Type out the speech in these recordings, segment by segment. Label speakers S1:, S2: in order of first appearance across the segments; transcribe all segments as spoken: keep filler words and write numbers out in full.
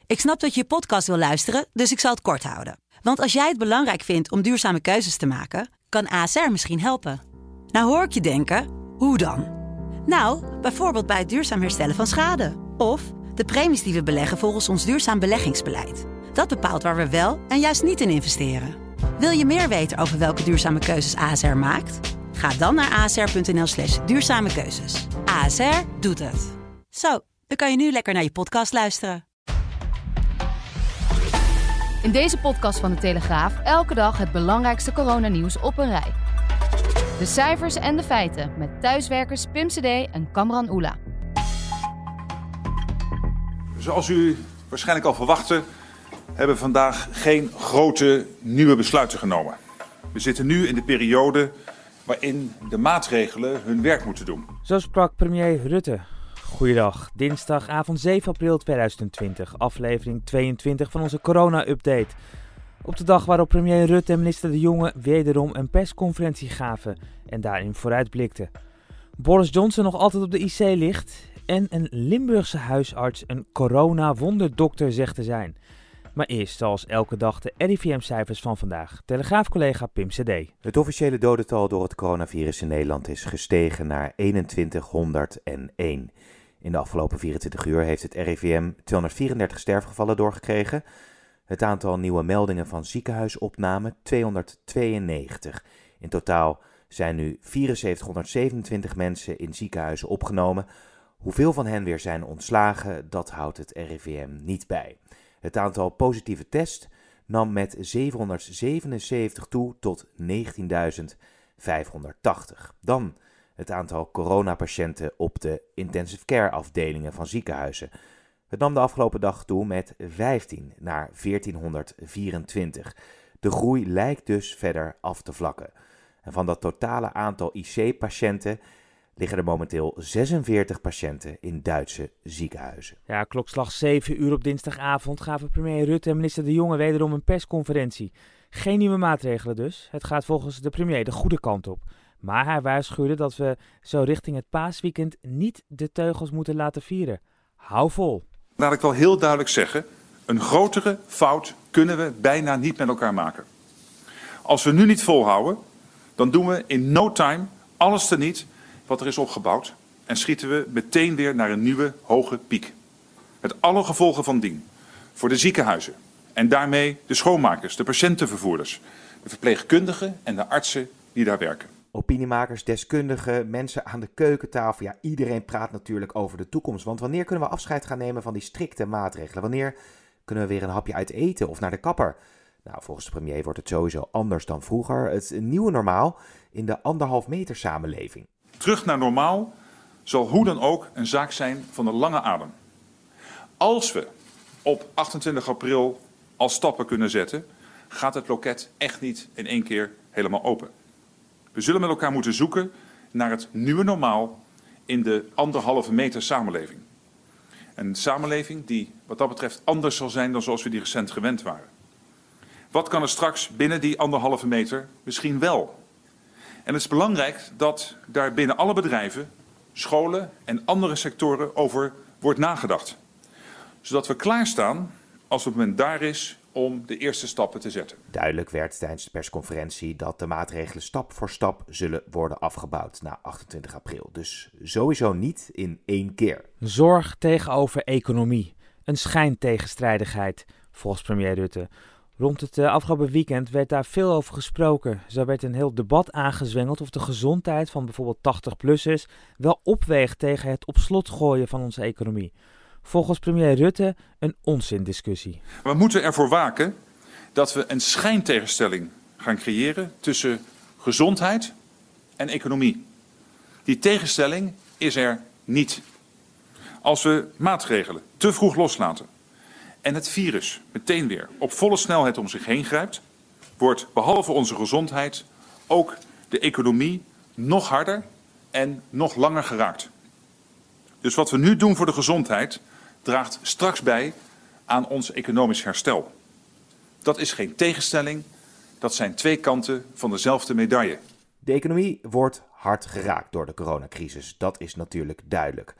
S1: Ik snap dat je je podcast wil luisteren, dus ik zal het kort houden. Want als jij het belangrijk vindt om duurzame keuzes te maken, kan A S R misschien helpen. Nou hoor ik je denken, hoe dan? Nou, bijvoorbeeld bij het duurzaam herstellen van schade. Of de premies die we beleggen volgens ons duurzaam beleggingsbeleid. Dat bepaalt waar we wel en juist niet in investeren. Wil je meer weten over welke duurzame keuzes A S R maakt? Ga dan naar asr.nl slash duurzame keuzes. A S R doet het. Zo, dan kan je nu lekker naar je podcast luisteren.
S2: In deze podcast van De Telegraaf elke dag het belangrijkste coronanieuws op een rij. De cijfers en de feiten met thuiswerkers Pim C D en Kamran Oela.
S3: Zoals u waarschijnlijk al verwachtte, hebben we vandaag geen grote nieuwe besluiten genomen. We zitten nu in de periode waarin de maatregelen hun werk moeten doen.
S4: Zo sprak premier Rutte. Goeiedag, dinsdagavond zeven april tweeduizend twintig, aflevering tweeëntwintig van onze corona-update. Op de dag waarop premier Rutte en minister De Jonge wederom een persconferentie gaven en daarin vooruitblikten. Boris Johnson nog altijd op de I C ligt en een Limburgse huisarts een corona-wonderdokter zegt te zijn. Maar eerst, zoals elke dag, de R I V M-cijfers van vandaag. Telegraaf-collega Pim C D.
S5: Het officiële dodental door het coronavirus in Nederland is gestegen naar eenentwintighonderdéén. In de afgelopen vierentwintig uur heeft het R I V M tweehonderdvierendertig sterfgevallen doorgekregen. Het aantal nieuwe meldingen van ziekenhuisopname tweehonderdtweeënnegentig. In totaal zijn nu vierenzeventighonderdzevenentwintig mensen in ziekenhuizen opgenomen. Hoeveel van hen weer zijn ontslagen, dat houdt het R I V M niet bij. Het aantal positieve tests nam met zevenhonderdzevenenzeventig toe tot negentienduizend vijfhonderdtachtig. Dan het aantal coronapatiënten op de intensive care afdelingen van ziekenhuizen. Het nam de afgelopen dag toe met vijftien naar veertienhonderdvierentwintig. De groei lijkt dus verder af te vlakken. En van dat totale aantal I C-patiënten liggen er momenteel zesenveertig patiënten in Duitse ziekenhuizen.
S4: Ja, klokslag zeven uur op dinsdagavond gaven premier Rutte en minister De Jonge wederom een persconferentie. Geen nieuwe maatregelen dus. Het gaat volgens de premier de goede kant op. Maar hij waarschuwde dat we zo richting het paasweekend niet de teugels moeten laten vieren. Hou vol.
S3: Laat ik wel heel duidelijk zeggen, een grotere fout kunnen we bijna niet met elkaar maken. Als we nu niet volhouden, dan doen we in no time alles teniet wat er is opgebouwd en schieten we meteen weer naar een nieuwe hoge piek. Met alle gevolgen van dien. Voor de ziekenhuizen en daarmee de schoonmakers, de patiëntenvervoerders, de verpleegkundigen en de artsen die daar werken.
S5: Opiniemakers, deskundigen, mensen aan de keukentafel. Ja, iedereen praat natuurlijk over de toekomst. Want wanneer kunnen we afscheid gaan nemen van die strikte maatregelen? Wanneer kunnen we weer een hapje uit eten of naar de kapper? Nou, volgens de premier wordt het sowieso anders dan vroeger. Het nieuwe normaal in de anderhalf meter samenleving.
S3: Terug naar normaal zal hoe dan ook een zaak zijn van de lange adem. Als we op achtentwintig april al stappen kunnen zetten, gaat het loket echt niet in één keer helemaal open. We zullen met elkaar moeten zoeken naar het nieuwe normaal in de anderhalve meter samenleving. Een samenleving die wat dat betreft anders zal zijn dan zoals we die recent gewend waren. Wat kan er straks binnen die anderhalve meter misschien wel? En het is belangrijk dat daar binnen alle bedrijven, scholen en andere sectoren over wordt nagedacht. Zodat we klaarstaan als het moment daar is om de eerste stappen te zetten.
S5: Duidelijk werd tijdens de persconferentie dat de maatregelen stap voor stap zullen worden afgebouwd na achtentwintig april. Dus sowieso niet in één keer.
S4: Zorg tegenover economie. Een schijntegenstrijdigheid, volgens premier Rutte. Rond het afgelopen weekend werd daar veel over gesproken. Zo werd een heel debat aangezwengeld of de gezondheid van bijvoorbeeld tachtig-plussers wel opweegt tegen het op slot gooien van onze economie. Volgens premier Rutte een onzindiscussie.
S3: We moeten ervoor waken dat we een schijntegenstelling gaan creëren tussen gezondheid en economie. Die tegenstelling is er niet. Als we maatregelen te vroeg loslaten en het virus meteen weer op volle snelheid om zich heen grijpt, wordt behalve onze gezondheid ook de economie nog harder en nog langer geraakt. Dus wat we nu doen voor de gezondheid draagt straks bij aan ons economisch herstel. Dat is geen tegenstelling, dat zijn twee kanten van dezelfde medaille.
S5: De economie wordt hard geraakt door de coronacrisis, dat is natuurlijk duidelijk.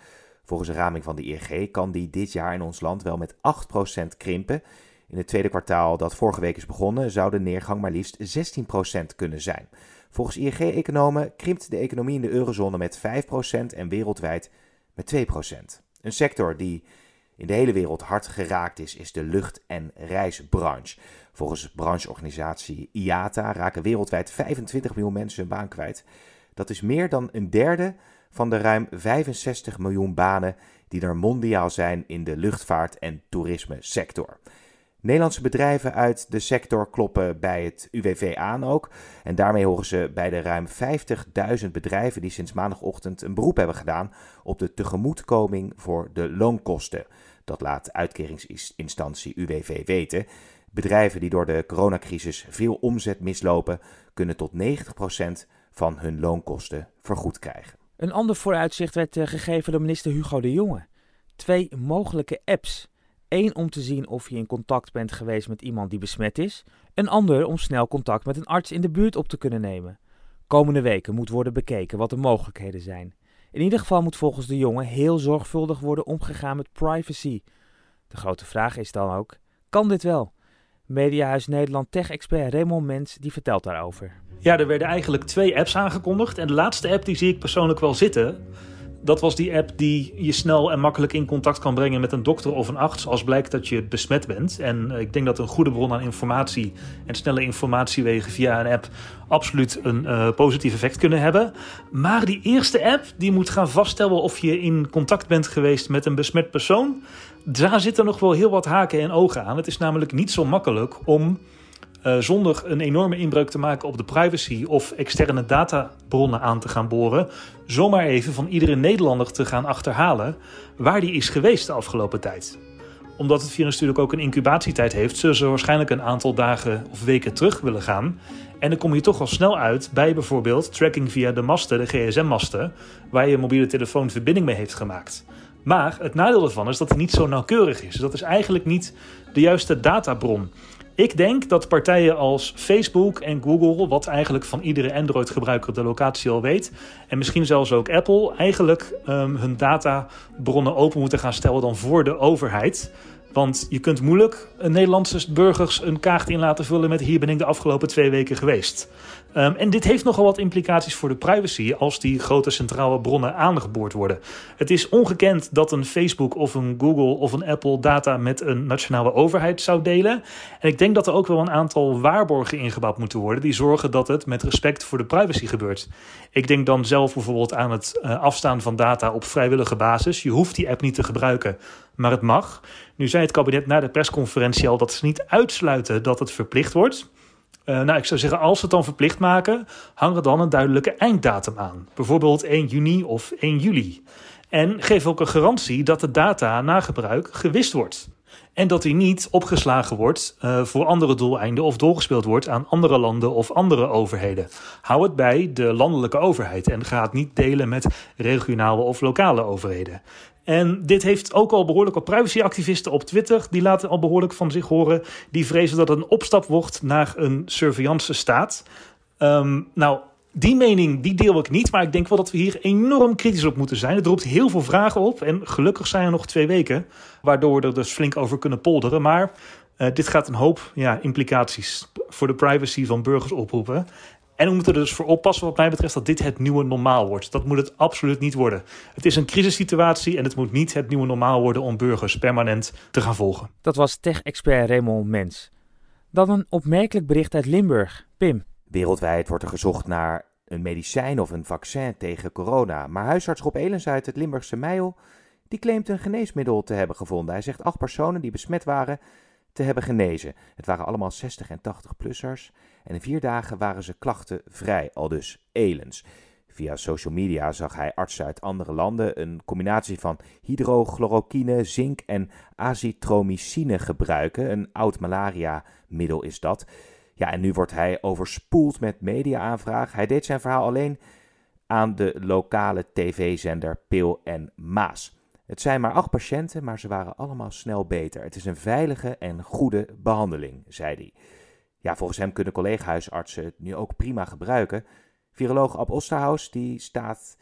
S5: Volgens een raming van de I N G kan die dit jaar in ons land wel met acht procent krimpen. In het tweede kwartaal dat vorige week is begonnen zou de neergang maar liefst zestien procent kunnen zijn. Volgens I N G-economen krimpt de economie in de eurozone met vijf procent en wereldwijd met twee procent. Een sector die in de hele wereld hard geraakt is, is de lucht- en reisbranche. Volgens brancheorganisatie I A T A raken wereldwijd vijfentwintig miljoen mensen hun baan kwijt. Dat is meer dan een derde van de ruim vijfenzestig miljoen banen die er mondiaal zijn in de luchtvaart- en toerisme sector. Nederlandse bedrijven uit de sector kloppen bij het U W V aan ook. En daarmee horen ze bij de ruim vijftigduizend bedrijven die sinds maandagochtend een beroep hebben gedaan op de tegemoetkoming voor de loonkosten. Dat laat uitkeringsinstantie U W V weten. Bedrijven die door de coronacrisis veel omzet mislopen, kunnen tot negentig procent van hun loonkosten vergoed krijgen.
S4: Een ander vooruitzicht werd uh, gegeven door minister Hugo de Jonge. Twee mogelijke apps. Eén om te zien of je in contact bent geweest met iemand die besmet is. Een ander om snel contact met een arts in de buurt op te kunnen nemen. Komende weken moet worden bekeken wat de mogelijkheden zijn. In ieder geval moet volgens de Jonge heel zorgvuldig worden omgegaan met privacy. De grote vraag is dan ook, kan dit wel? Mediahuis Nederland tech-expert Raymond Mens die vertelt daarover.
S6: Ja, er werden eigenlijk twee apps aangekondigd. En de laatste app die zie ik persoonlijk wel zitten. Dat was die app die je snel en makkelijk in contact kan brengen met een dokter of een arts als blijkt dat je besmet bent. En ik denk dat een goede bron aan informatie en snelle informatiewegen via een app absoluut een uh, positief effect kunnen hebben. Maar die eerste app die moet gaan vaststellen of je in contact bent geweest met een besmet persoon. Daar zitten nog wel heel wat haken en ogen aan. Het is namelijk niet zo makkelijk om Uh, zonder een enorme inbreuk te maken op de privacy of externe databronnen aan te gaan boren, zomaar even van iedere Nederlander te gaan achterhalen waar die is geweest de afgelopen tijd. Omdat het virus natuurlijk ook een incubatietijd heeft, zullen ze waarschijnlijk een aantal dagen of weken terug willen gaan. En dan kom je toch al snel uit bij bijvoorbeeld tracking via de masten, de G S M-masten, waar je mobiele telefoon verbinding mee heeft gemaakt. Maar het nadeel ervan is dat het niet zo nauwkeurig is. Dat is eigenlijk niet de juiste databron. Ik denk dat partijen als Facebook en Google, wat eigenlijk van iedere Android-gebruiker de locatie al weet, en misschien zelfs ook Apple, eigenlijk um, hun databronnen open moeten gaan stellen dan voor de overheid. Want je kunt moeilijk een Nederlandse burgers een kaart in laten vullen met hier ben ik de afgelopen twee weken geweest. Um, en dit heeft nogal wat implicaties voor de privacy als die grote centrale bronnen aangeboord worden. Het is ongekend dat een Facebook of een Google of een Apple data met een nationale overheid zou delen. En ik denk dat er ook wel een aantal waarborgen ingebouwd moeten worden die zorgen dat het met respect voor de privacy gebeurt. Ik denk dan zelf bijvoorbeeld aan het uh, afstaan van data op vrijwillige basis. Je hoeft die app niet te gebruiken, maar het mag. Nu zei het kabinet na de persconferentie al dat ze niet uitsluiten dat het verplicht wordt. Uh, nou, ik zou zeggen, als ze het dan verplicht maken, hang er dan een duidelijke einddatum aan. Bijvoorbeeld één juni of één juli. En geef ook een garantie dat de data na gebruik gewist wordt. En dat die niet opgeslagen wordt uh, voor andere doeleinden of doorgespeeld wordt aan andere landen of andere overheden. Hou het bij de landelijke overheid en ga het niet delen met regionale of lokale overheden. En dit heeft ook al behoorlijk wat privacyactivisten op Twitter. Die laten al behoorlijk van zich horen. Die vrezen dat het een opstap wordt naar een surveillance staat. Um, nou, die mening die deel ik niet. Maar ik denk wel dat we hier enorm kritisch op moeten zijn. Het roept heel veel vragen op. En gelukkig zijn er nog twee weken. Waardoor we er dus flink over kunnen polderen. Maar uh, dit gaat een hoop ja, implicaties voor de privacy van burgers oproepen. En we moeten er dus voor oppassen wat mij betreft dat dit het nieuwe normaal wordt. Dat moet het absoluut niet worden. Het is een crisissituatie en het moet niet het nieuwe normaal worden om burgers permanent te gaan volgen.
S4: Dat was tech-expert Raymond Mens. Dan een opmerkelijk bericht uit Limburg. Pim.
S5: Wereldwijd wordt er gezocht naar een medicijn of een vaccin tegen corona. Maar huisarts Rob Elens uit het Limburgse Meijel, die claimt een geneesmiddel te hebben gevonden. Hij zegt acht personen die besmet waren te hebben genezen. Het waren allemaal zestig en tachtig-plussers. En in vier dagen waren ze klachtenvrij, aldus Elens. Via social media zag hij artsen uit andere landen een combinatie van hydrochloroquine, zink en azithromycine gebruiken. Een oud malaria-middel is dat. Ja, en nu wordt hij overspoeld met media-aanvraag. Hij deed zijn verhaal alleen aan de lokale tv-zender Peel en Maas. Het zijn maar acht patiënten, maar ze waren allemaal snel beter. Het is een veilige en goede behandeling, zei hij. Ja, volgens hem kunnen collega-huisartsen het nu ook prima gebruiken. Viroloog Ab Osterhaus die staat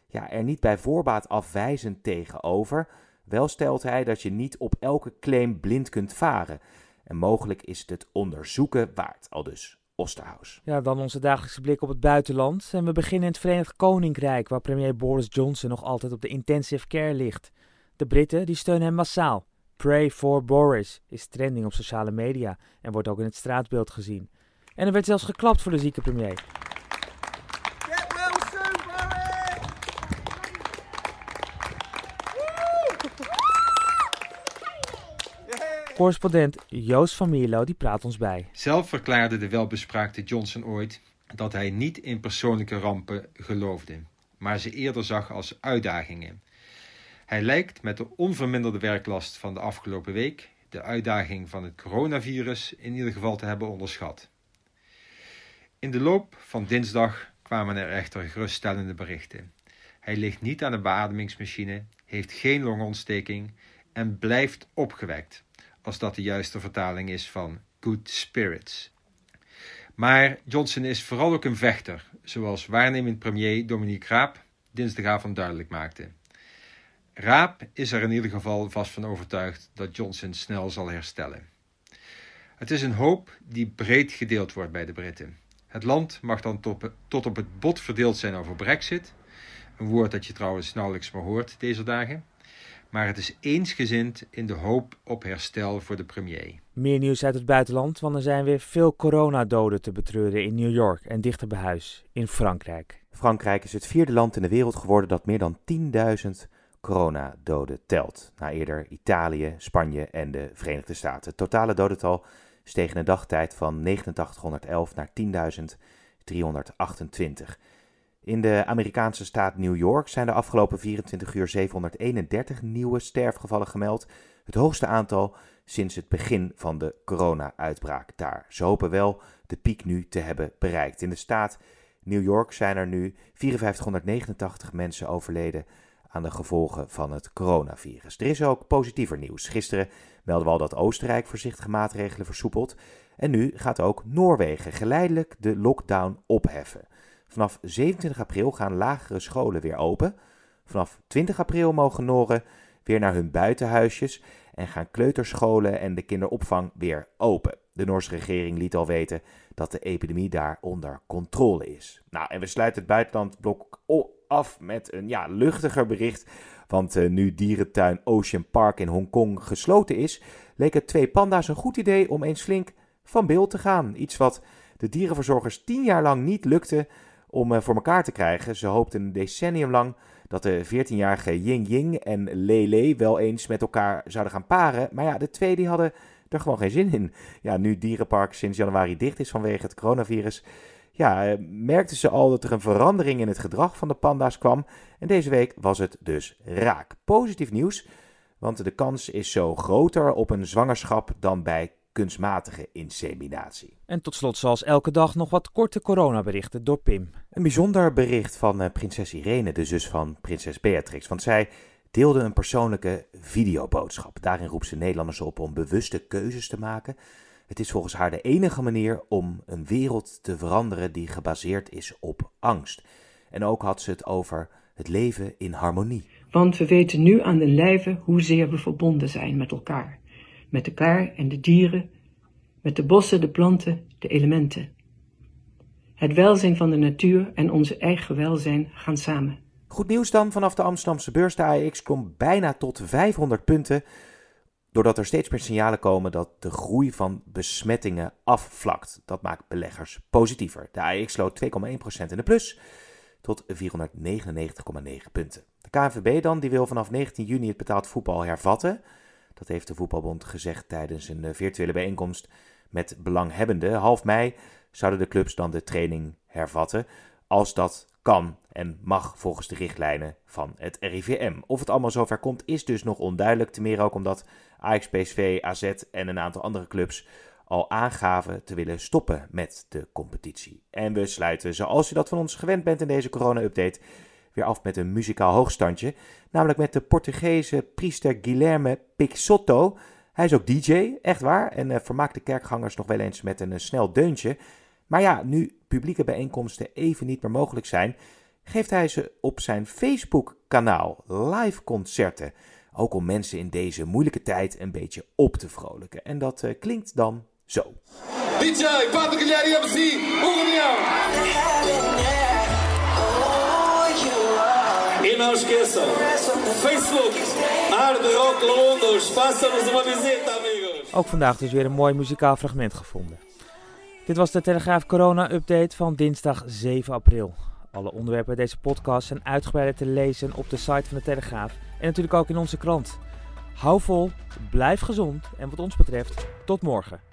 S5: ja, er niet bij voorbaat afwijzend tegenover. Wel stelt hij dat je niet op elke claim blind kunt varen. En mogelijk is het het onderzoeken waard, aldus Osterhaus.
S4: Ja, dan onze dagelijkse blik op het buitenland. En we beginnen in het Verenigd Koninkrijk, waar premier Boris Johnson nog altijd op de intensive care ligt. De Britten die steunen hem massaal. Pray for Boris is trending op sociale media en wordt ook in het straatbeeld gezien. En er werd zelfs geklapt voor de zieke premier.
S7: Get well soon, Boris!
S4: Correspondent Joost van Mierlo die praat ons bij.
S8: Zelf verklaarde de welbespraakte Johnson ooit dat hij niet in persoonlijke rampen geloofde, maar ze eerder zag als uitdagingen. Hij lijkt met de onverminderde werklast van de afgelopen week de uitdaging van het coronavirus in ieder geval te hebben onderschat. In de loop van dinsdag kwamen er echter geruststellende berichten. Hij ligt niet aan de beademingsmachine, heeft geen longontsteking en blijft opgewekt, als dat de juiste vertaling is van good spirits. Maar Johnson is vooral ook een vechter, zoals waarnemend premier Dominique Raab dinsdagavond duidelijk maakte. Raab is er in ieder geval vast van overtuigd dat Johnson snel zal herstellen. Het is een hoop die breed gedeeld wordt bij de Britten. Het land mag dan tot, tot op het bot verdeeld zijn over Brexit, een woord dat je trouwens nauwelijks meer hoort deze dagen. Maar het is eensgezind in de hoop op herstel voor de premier.
S4: Meer nieuws uit het buitenland, want er zijn weer veel coronadoden te betreuren in New York en dichter bij huis in Frankrijk.
S5: Frankrijk is het vierde land in de wereld geworden dat meer dan tienduizend coronadoden telt. Na eerder Italië, Spanje en de Verenigde Staten. Het totale dodental steeg in een dagtijd van negenentachtighonderdelf naar tienduizend driehonderdachtentwintig. In de Amerikaanse staat New York zijn de afgelopen vierentwintig uur zevenhonderdeenendertig nieuwe sterfgevallen gemeld. Het hoogste aantal sinds het begin van de corona-uitbraak daar. Ze hopen wel de piek nu te hebben bereikt. In de staat New York zijn er nu vierduizend mensen overleden aan de gevolgen van het coronavirus. Er is ook positiever nieuws. Gisteren melden we al dat Oostenrijk voorzichtige maatregelen versoepelt. En nu gaat ook Noorwegen geleidelijk de lockdown opheffen. Vanaf zevenentwintig april gaan lagere scholen weer open. Vanaf twintig april mogen Noren weer naar hun buitenhuisjes en gaan kleuterscholen en de kinderopvang weer open. De Noorse regering liet al weten dat de epidemie daar onder controle is. Nou, en we sluiten het buitenlandblok af met een ja, luchtiger bericht. Want uh, nu dierentuin Ocean Park in Hongkong gesloten is, leek het twee panda's een goed idee om eens flink van beeld te gaan. Iets wat de dierenverzorgers tien jaar lang niet lukte om uh, voor elkaar te krijgen. Ze hoopten een decennium lang dat de veertienjarige Ying Ying en Lele wel eens met elkaar zouden gaan paren. Maar ja, de twee die hadden er gewoon geen zin in. Ja, nu het dierenpark sinds januari dicht is vanwege het coronavirus, ja, uh, merkten ze al dat er een verandering in het gedrag van de panda's kwam. En deze week was het dus raak. Positief nieuws, want de kans is zo groter op een zwangerschap dan bij kunstmatige inseminatie.
S4: En tot slot zoals elke dag nog wat korte coronaberichten door Pim.
S5: Een bijzonder bericht van uh, prinses Irene, de zus van prinses Beatrix. Want zij deelde een persoonlijke videoboodschap. Daarin roept ze Nederlanders op om bewuste keuzes te maken. Het is volgens haar de enige manier om een wereld te veranderen die gebaseerd is op angst. En ook had ze het over het leven in harmonie.
S9: Want we weten nu aan de lijve hoezeer we verbonden zijn met elkaar. Met elkaar en de dieren, met de bossen, de planten, de elementen. Het welzijn van de natuur en onze eigen welzijn gaan samen.
S5: Goed nieuws dan vanaf de Amsterdamse beurs. De A E X klom bijna tot vijfhonderd punten. Doordat er steeds meer signalen komen dat de groei van besmettingen afvlakt. Dat maakt beleggers positiever. De A E X sloot twee komma één procent in de plus tot vierhonderdnegenennegentig komma negen punten. De K N V B dan, die wil vanaf negentien juni het betaald voetbal hervatten. Dat heeft de Voetbalbond gezegd tijdens een virtuele bijeenkomst met belanghebbenden. Half mei zouden de clubs dan de training hervatten, als dat kan en mag volgens de richtlijnen van het R I V M. Of het allemaal zover komt is dus nog onduidelijk. Ten meer ook omdat Ajax, P S V, A Z en een aantal andere clubs al aangaven te willen stoppen met de competitie. En we sluiten, zoals u dat van ons gewend bent in deze corona-update, weer af met een muzikaal hoogstandje. Namelijk met de Portugese priester Guilherme Peixoto. Hij is ook D J, echt waar, en uh, vermaakt de kerkgangers nog wel eens met een uh, snel deuntje. Maar ja, nu publieke bijeenkomsten even niet meer mogelijk zijn, geeft hij ze op zijn Facebook-kanaal, live concerten. Ook om mensen in deze moeilijke tijd een beetje op te vrolijken. En dat uh, klinkt dan zo.
S10: D J, Patrick Guilherme M C, União. E não esqueçam, Facebook, Hard Rock Londres, faça-nos uma visita, amigos.
S4: Ook vandaag dus weer een mooi muzikaal fragment gevonden. Dit was de Telegraaf Corona-update van dinsdag zeven april. Alle onderwerpen uit deze podcast zijn uitgebreider te lezen op de site van de Telegraaf en natuurlijk ook in onze krant. Hou vol, blijf gezond en wat ons betreft, tot morgen.